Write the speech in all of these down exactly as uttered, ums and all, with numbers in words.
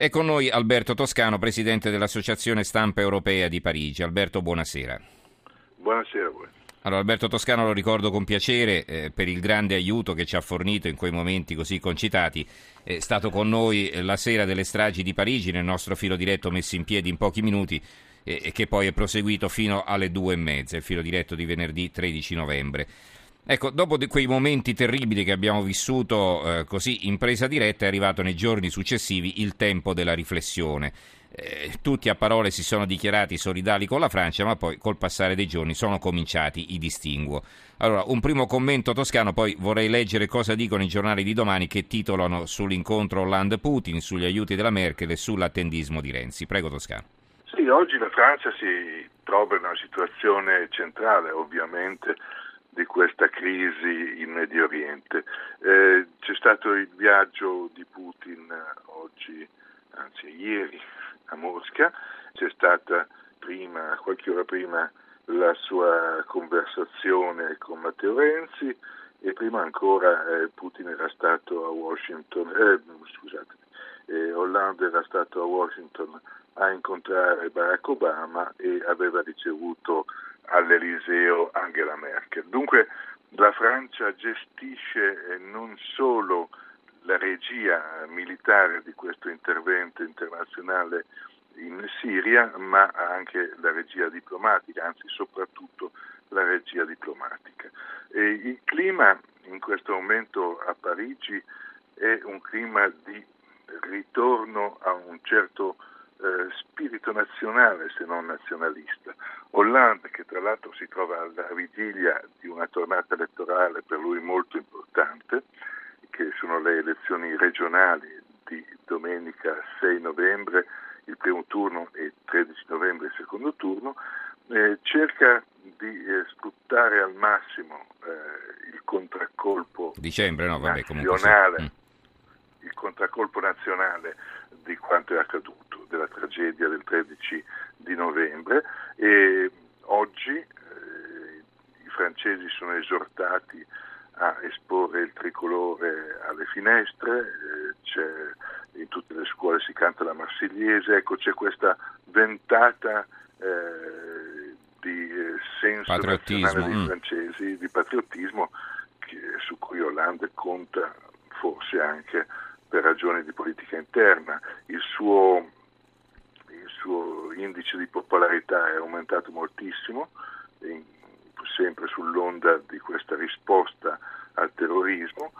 È con noi Alberto Toscano, presidente dell'Associazione Stampa Europea di Parigi. Alberto, buonasera. Buonasera a voi. Allora, Alberto Toscano lo ricordo con piacere eh, per il grande aiuto che ci ha fornito in quei momenti così concitati. È stato con noi la sera delle stragi di Parigi nel nostro filo diretto messo in piedi in pochi minuti e eh, che poi è proseguito fino alle due e mezza, il filo diretto di venerdì tredici novembre. Ecco, dopo di quei momenti terribili che abbiamo vissuto eh, così in presa diretta è arrivato nei giorni successivi il tempo della riflessione. Eh, tutti a parole si sono dichiarati solidali con la Francia, ma poi col passare dei giorni sono cominciati i distinguo. Allora, un primo commento toscano, poi vorrei leggere cosa dicono i giornali di domani che titolano sull'incontro Hollande-Putin, sugli aiuti della Merkel e sull'attendismo di Renzi. Prego, Toscano. Sì, oggi la Francia si trova in una situazione centrale, ovviamente, di questa crisi in Medio Oriente. Eh, c'è stato il viaggio di Putin oggi, anzi ieri, a Mosca, c'è stata prima, qualche ora prima, la sua conversazione con Matteo Renzi e prima ancora eh, Putin era stato a Washington, eh, scusate, eh, Hollande era stato a Washington a incontrare Barack Obama e aveva ricevuto all'Eliseo Angela Merkel. Dunque la Francia gestisce non solo la regia militare di questo intervento internazionale in Siria, ma anche la regia diplomatica, anzi soprattutto la regia diplomatica. E il clima in questo momento a Parigi è un clima di ritorno a un certo eh, spirito nazionale, se non nazionalista. Hollande, che tra l'altro si trova alla vigilia di una tornata elettorale per lui molto importante, che sono le elezioni regionali di domenica sei novembre, il primo turno, e tredici novembre il secondo turno, eh, cerca di eh, sfruttare al massimo eh, il contraccolpo Dicembre, no? Vabbè, nazionale, comunque sì. il contraccolpo nazionale di quanto è accaduto, della tragedia del tredici di novembre, e oggi eh, i francesi sono esortati a esporre il tricolore alle finestre, eh, c'è, in tutte le scuole si canta la Marsigliese, ecco, c'è questa ventata eh, di eh, senso nazionale dei mm. francesi, di patriottismo, che, su cui Hollande conta forse anche per ragioni di politica interna. Il suo, il suo indice di popolarità è aumentato moltissimo, in, sempre sull'onda di questa risposta al terrorismo,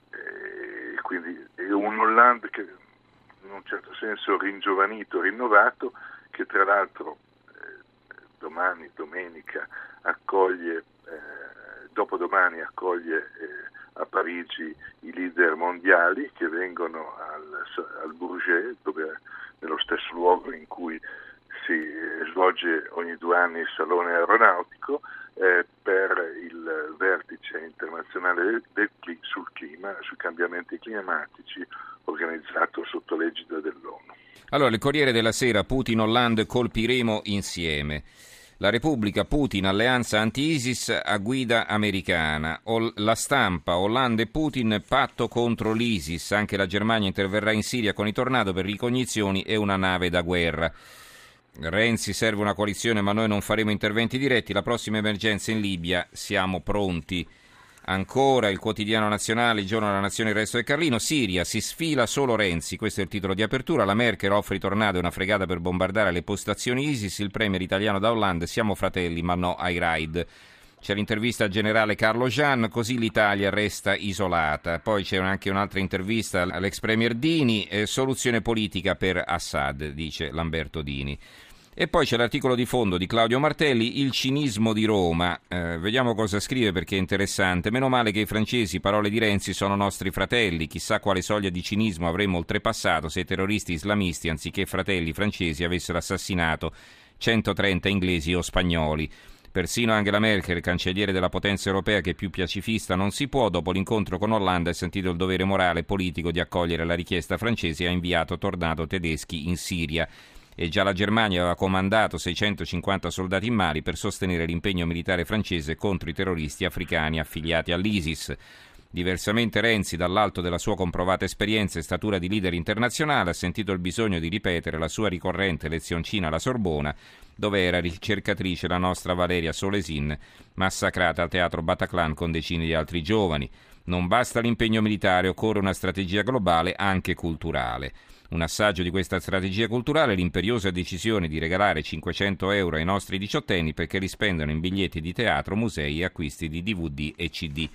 e quindi è un Hollande che in un certo senso ringiovanito, rinnovato, che tra l'altro eh, domani, domenica, accoglie, eh, dopodomani accoglie eh, a Parigi i leader mondiali che vengono al, al Bourget, dove, nello stesso luogo in cui si eh, svolge ogni due anni il Salone Aeronautico, eh, per il vertice internazionale del, del, sul clima, sui cambiamenti climatici, organizzato sotto l'egida dell'ONU. Allora, il Corriere della Sera, Putin-Hollande colpiremo insieme. La Repubblica, Putin, alleanza anti-ISIS a guida americana. La Stampa, Hollande e Putin, patto contro l'ISIS. Anche la Germania interverrà in Siria con i Tornado per ricognizioni e una nave da guerra. Renzi, serve una coalizione ma noi non faremo interventi diretti. La prossima emergenza in Libia, siamo pronti. Ancora il Quotidiano Nazionale, il Giorno della Nazione, il Resto del Carlino. Siria, si sfila solo Renzi, questo è il titolo di apertura. La Merkel offre i Tornado e una fregata per bombardare le postazioni ISIS. Il premier italiano da Hollande, siamo fratelli ma no ai raid. C'è l'intervista al generale Carlo Jean, così l'Italia resta isolata. Poi c'è anche un'altra intervista all'ex premier Dini, eh, soluzione politica per Assad, dice Lamberto Dini. E poi c'è l'articolo di fondo di Claudio Martelli, il cinismo di Roma. Eh, vediamo cosa scrive perché è interessante. Meno male che i francesi, parole di Renzi, sono nostri fratelli. Chissà quale soglia di cinismo avremmo oltrepassato se i terroristi islamisti, anziché fratelli francesi, avessero assassinato centotrenta inglesi o spagnoli. Persino Angela Merkel, cancelliere della potenza europea che più pacifista non si può, dopo l'incontro con Hollande ha sentito il dovere morale e politico di accogliere la richiesta francese e ha inviato Tornado tedeschi in Siria. E già la Germania aveva comandato seicentocinquanta soldati in Mali per sostenere l'impegno militare francese contro i terroristi africani affiliati all'ISIS. Diversamente Renzi, dall'alto della sua comprovata esperienza e statura di leader internazionale, ha sentito il bisogno di ripetere la sua ricorrente lezioncina alla Sorbona, dove era ricercatrice la nostra Valeria Solesin, massacrata al teatro Bataclan con decine di altri giovani. Non basta l'impegno militare, occorre una strategia globale anche culturale. Un assaggio di questa strategia culturale è l'imperiosa decisione di regalare cinquecento euro ai nostri diciottenni perché li spendono in biglietti di teatro, musei e acquisti di D V D e C D.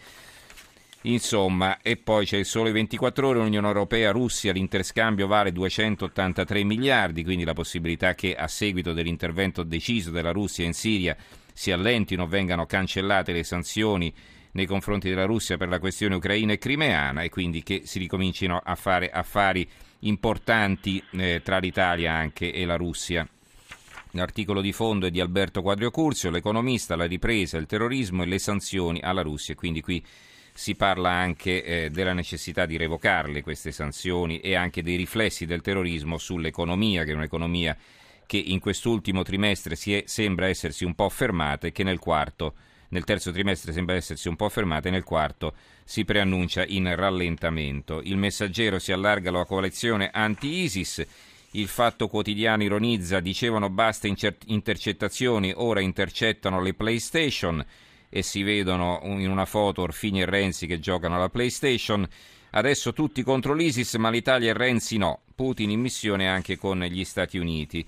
Insomma, e poi c'è il Sole ventiquattro Ore, Unione Europea, Russia, l'interscambio vale duecentottantatré miliardi, quindi la possibilità che a seguito dell'intervento deciso della Russia in Siria si allentino o vengano cancellate le sanzioni nei confronti della Russia per la questione ucraina e crimeana, e quindi che si ricomincino a fare affari importanti eh, tra l'Italia anche e la Russia. L'articolo di fondo è di Alberto Quadrio-Curzio, l'economista, la ripresa, il terrorismo e le sanzioni alla Russia, quindi qui si parla anche eh, della necessità di revocarle queste sanzioni e anche dei riflessi del terrorismo sull'economia, che è un'economia che in quest'ultimo trimestre si è, sembra essersi un po' fermata e che nel quarto Nel terzo trimestre sembra essersi un po' fermata e nel quarto si preannuncia in rallentamento. Il Messaggero si allarga alla coalizione anti-ISIS. Il Fatto Quotidiano ironizza, dicevano basta incer- intercettazioni, ora intercettano le PlayStation, e si vedono in una foto Orfini e Renzi che giocano alla PlayStation. Adesso tutti contro l'ISIS, ma l'Italia e Renzi no. Putin in missione anche con gli Stati Uniti.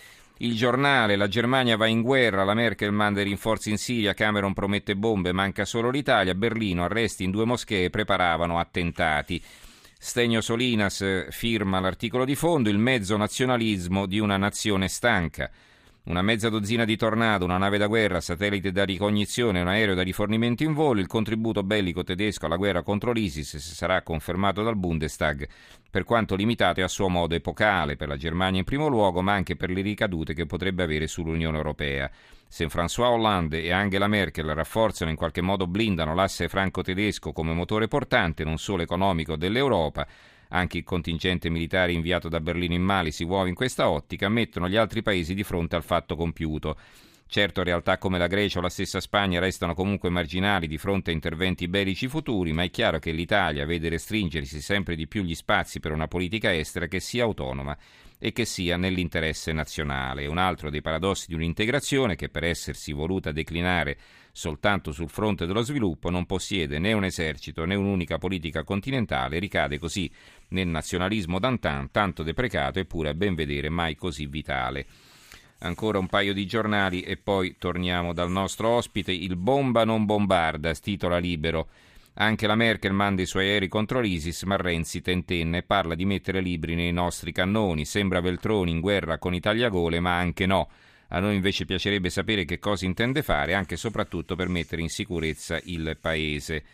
Il Giornale, la Germania va in guerra, la Merkel manda i rinforzi in Siria, Cameron promette bombe, manca solo l'Italia, Berlino, arresti in due moschee, preparavano attentati. Stegno Solinas firma l'articolo di fondo, il mezzo nazionalismo di una nazione stanca. Una mezza dozzina di Tornado, una nave da guerra, satellite da ricognizione, un aereo da rifornimento in volo, il contributo bellico tedesco alla guerra contro l'ISIS sarà confermato dal Bundestag, per quanto limitato e a suo modo epocale, per la Germania in primo luogo, ma anche per le ricadute che potrebbe avere sull'Unione Europea. Se François Hollande e Angela Merkel rafforzano e in qualche modo blindano l'asse franco-tedesco come motore portante non solo economico dell'Europa, anche il contingente militare inviato da Berlino in Mali si muove in questa ottica, mettono gli altri paesi di fronte al fatto compiuto. Certo, realtà come la Grecia o la stessa Spagna restano comunque marginali di fronte a interventi bellici futuri, ma è chiaro che l'Italia vede restringersi sempre di più gli spazi per una politica estera che sia autonoma e che sia nell'interesse nazionale. Un altro dei paradossi di un'integrazione che, per essersi voluta declinare soltanto sul fronte dello sviluppo, non possiede né un esercito né un'unica politica continentale, ricade così nel nazionalismo d'antan, tanto deprecato eppure a ben vedere mai così vitale. Ancora un paio di giornali e poi torniamo dal nostro ospite. Il bomba non bombarda, titola Libero. Anche la Merkel manda i suoi aerei contro l'ISIS, ma Renzi tentenna e parla di mettere libri nei nostri cannoni. Sembra Veltroni in guerra con i tagliagole, ma anche no. A noi invece piacerebbe sapere che cosa intende fare, anche e soprattutto per mettere in sicurezza il paese.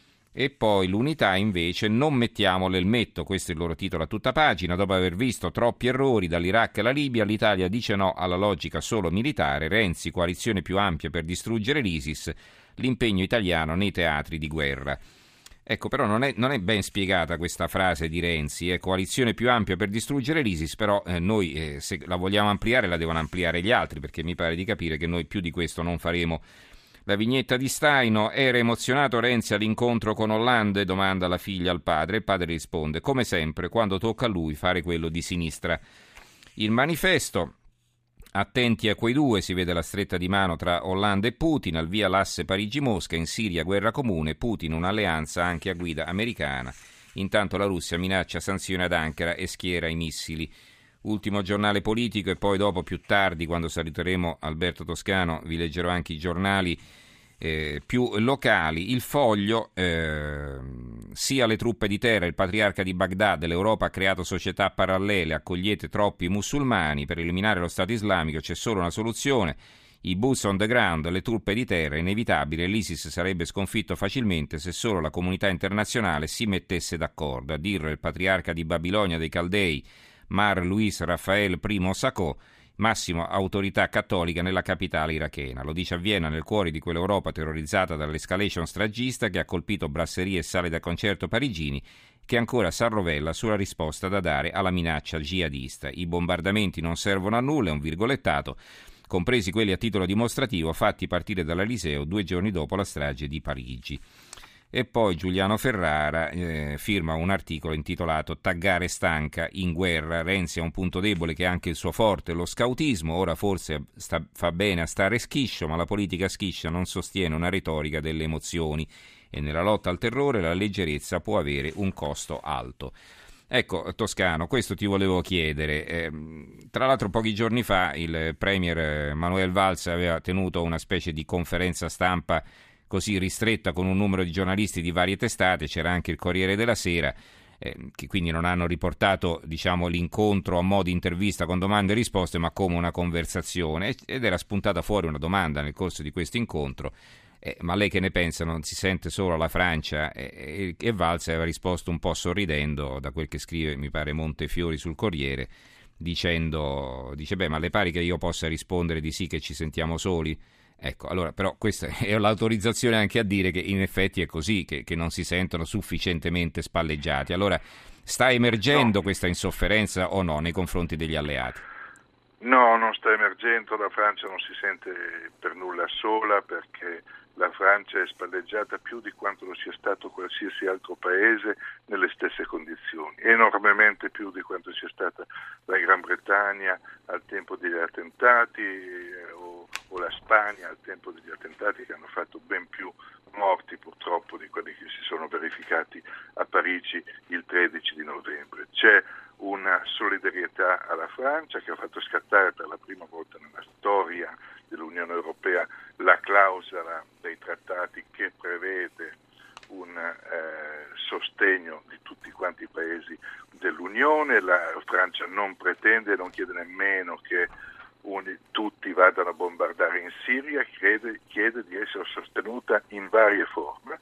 E poi l'Unità invece, non mettiamo l'elmetto, questo è il loro titolo a tutta pagina. Dopo aver visto troppi errori dall'Iraq alla Libia, l'Italia dice no alla logica solo militare. Renzi, coalizione più ampia per distruggere l'ISIS, l'impegno italiano nei teatri di guerra. Ecco, però non è, non è ben spiegata questa frase di Renzi, è eh, coalizione più ampia per distruggere l'ISIS, però eh, noi eh, se la vogliamo ampliare la devono ampliare gli altri, perché mi pare di capire che noi più di questo non faremo. La vignetta di Staino, era emozionato Renzi all'incontro con Hollande? Domanda la figlia al padre, il padre risponde, come sempre, quando tocca a lui fare quello di sinistra. Il Manifesto, attenti a quei due, si vede la stretta di mano tra Hollande e Putin, al via l'asse Parigi-Mosca, in Siria guerra comune, Putin un'alleanza anche a guida americana, intanto la Russia minaccia sanzioni ad Ankara e schiera i missili. Ultimo giornale politico e poi dopo più tardi, quando saluteremo Alberto Toscano, vi leggerò anche i giornali eh, più locali. Il Foglio, eh, sia le truppe di terra, il patriarca di Baghdad, l'Europa ha creato società parallele, accogliete troppi musulmani, per eliminare lo Stato islamico c'è solo una soluzione, i boots on the ground, le truppe di terra, è inevitabile, l'ISIS sarebbe sconfitto facilmente se solo la comunità internazionale si mettesse d'accordo, a dirlo il patriarca di Babilonia dei Caldei, Mar Luis Rafael I Sacco, massima autorità cattolica nella capitale irachena. Lo dice a Vienna, nel cuore di quell'Europa terrorizzata dall'escalation stragista che ha colpito brasserie e sale da concerto parigini, che ancora s'arrovella sulla risposta da dare alla minaccia jihadista. I bombardamenti non servono a nulla, è un virgolettato, compresi quelli a titolo dimostrativo fatti partire dall'Eliseo due giorni dopo la strage di Parigi. E poi Giuliano Ferrara eh, firma un articolo intitolato "Taggare stanca in guerra, Renzi ha un punto debole che è anche il suo forte, lo scautismo, ora forse sta, fa bene a stare schiscio, ma la politica schiscia non sostiene una retorica delle emozioni e nella lotta al terrore la leggerezza può avere un costo alto". Ecco, Toscano, questo ti volevo chiedere. Eh, tra l'altro pochi giorni fa il premier Manuel Valls aveva tenuto una specie di conferenza stampa così ristretta con un numero di giornalisti di varie testate, c'era anche il Corriere della Sera, eh, che quindi non hanno riportato, diciamo, l'incontro a mo' di intervista con domande e risposte, ma come una conversazione, ed era spuntata fuori una domanda nel corso di questo incontro. Eh, ma lei che ne pensa? Non si sente solo la Francia? E, e, e Valls aveva risposto un po' sorridendo, da quel che scrive, mi pare, Montefiori sul Corriere, dicendo, dice, beh, ma le pare che io possa rispondere di sì, che ci sentiamo soli? Ecco, allora, però questa è l'autorizzazione anche a dire che in effetti è così, che, che non si sentono sufficientemente spalleggiati. Allora, sta emergendo no. questa insofferenza o no nei confronti degli alleati? No, non sta emergendo, la Francia non si sente per nulla sola, perché la Francia è spalleggiata più di quanto lo sia stato qualsiasi altro paese nelle stesse condizioni, enormemente più di quanto sia stata la Gran Bretagna al tempo degli attentati eh, o, o la Spagna al tempo degli attentati, che hanno fatto ben più morti purtroppo di quelli che si sono verificati a Parigi il tredici di novembre. C'è una solidarietà alla Francia che ha fatto scattare per la prima volta nella storia dell'Unione Europea la clausola dei trattati che prevede un eh, sostegno di tutti quanti i paesi dell'Unione. La Francia non pretende, non chiede nemmeno che un, tutti vadano a bombardare in Siria, chiede, chiede di essere sostenuta in varie forme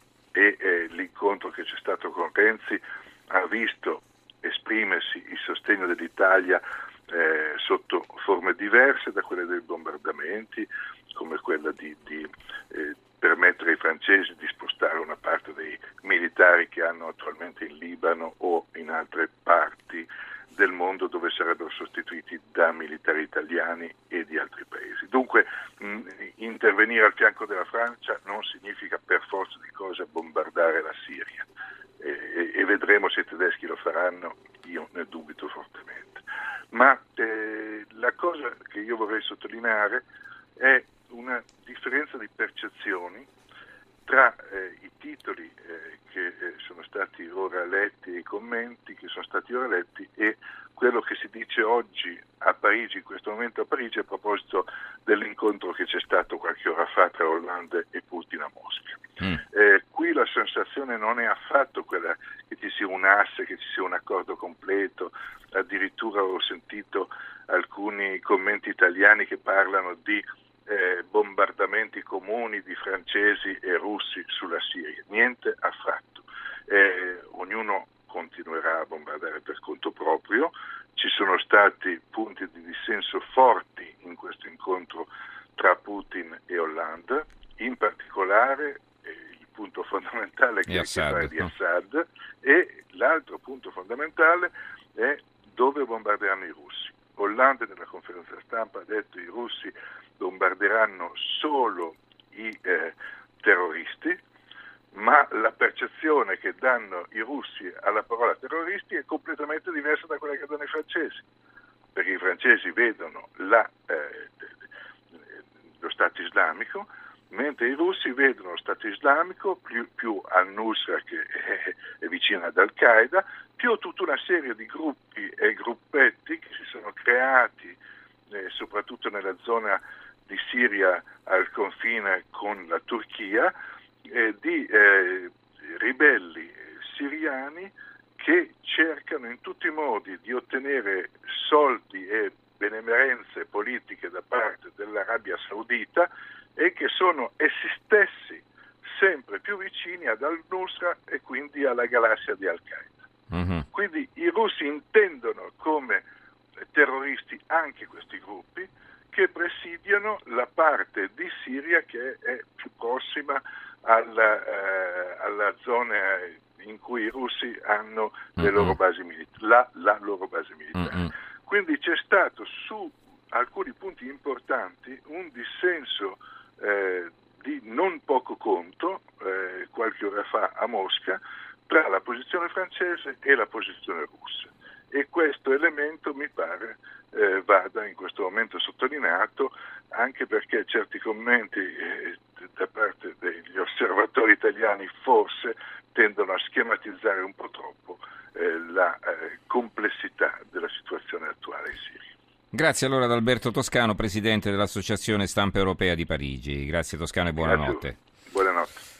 e eh, l'incontro che c'è stato con Renzi ha visto esprimersi il sostegno dell'Italia eh, sotto forme diverse da quelle dei bombardamenti, come quella di, di eh, permettere ai francesi di spostare una parte dei militari che hanno attualmente in Libano o in altre parti del mondo dove sarebbero sostituiti da militari italiani e di altri paesi. Dunque mh, intervenire al fianco della Francia non significa per forza di cose bombardare la Siria. E, e vedremo se i tedeschi lo faranno, io ne dubito fortemente. Ma eh, la cosa che io vorrei sottolineare è una differenza di percezioni tra eh, i titoli eh, che eh, sono stati ora letti e i commenti che sono stati ora letti e quello che si dice oggi a Parigi, in questo momento a Parigi, a proposito dell'incontro che c'è stato qualche ora fa tra Hollande e Putin a Mosca. Mm. Eh, qui la sensazione non è affatto quella che ci sia un asse, che ci sia un accordo completo, addirittura ho sentito alcuni commenti italiani che parlano di eh, bombardamenti comuni di francesi e russi sulla Siria, niente affatto. Eh, ognuno continuerà a bombardare per conto proprio, ci sono stati punti di dissenso forti in questo incontro tra Putin e Hollande, in particolare il punto fondamentale che è il di Assad e l'altro punto fondamentale è dove bombarderanno i russi. Hollande nella conferenza stampa ha detto che i russi bombarderanno solo i eh, terroristi, ma la percezione che danno i russi alla parola terroristi è completamente diversa da quella che danno i francesi, perché i francesi vedono la, eh, lo Stato islamico, mentre i russi vedono lo Stato islamico più, più al-Nusra, che è, è vicino ad Al-Qaeda, più tutta una serie di gruppi e gruppetti che si sono creati eh, soprattutto nella zona di Siria al confine con la Turchia, eh, di eh, ribelli siriani che cercano in tutti i modi di ottenere soldi e benemerenze politiche da parte dell'Arabia Saudita e che sono essi stessi sempre più vicini ad al-Nusra e quindi alla galassia di Al-Qaeda. Mm-hmm. Quindi i russi intendono come terroristi anche questi gruppi che presidiano la parte di Siria che è più prossima alla, eh, alla zona in cui i russi hanno le mm-hmm. loro basi militari, la, la loro base militare. Mm-hmm. Quindi c'è stato su alcuni punti importanti un dissenso eh, di non poco conto, eh, qualche ora fa a Mosca, tra la posizione francese e la posizione russa. E questo elemento mi pare eh, vada in questo momento sottolineato, anche perché certi commenti eh, da parte degli osservatori italiani forse tendono a schematizzare un po' troppo eh, la eh, complessità della situazione attuale in Siria. Grazie allora ad Alberto Toscano, presidente dell'Associazione Stampa Europea di Parigi. Grazie Toscano e buonanotte. Grazie.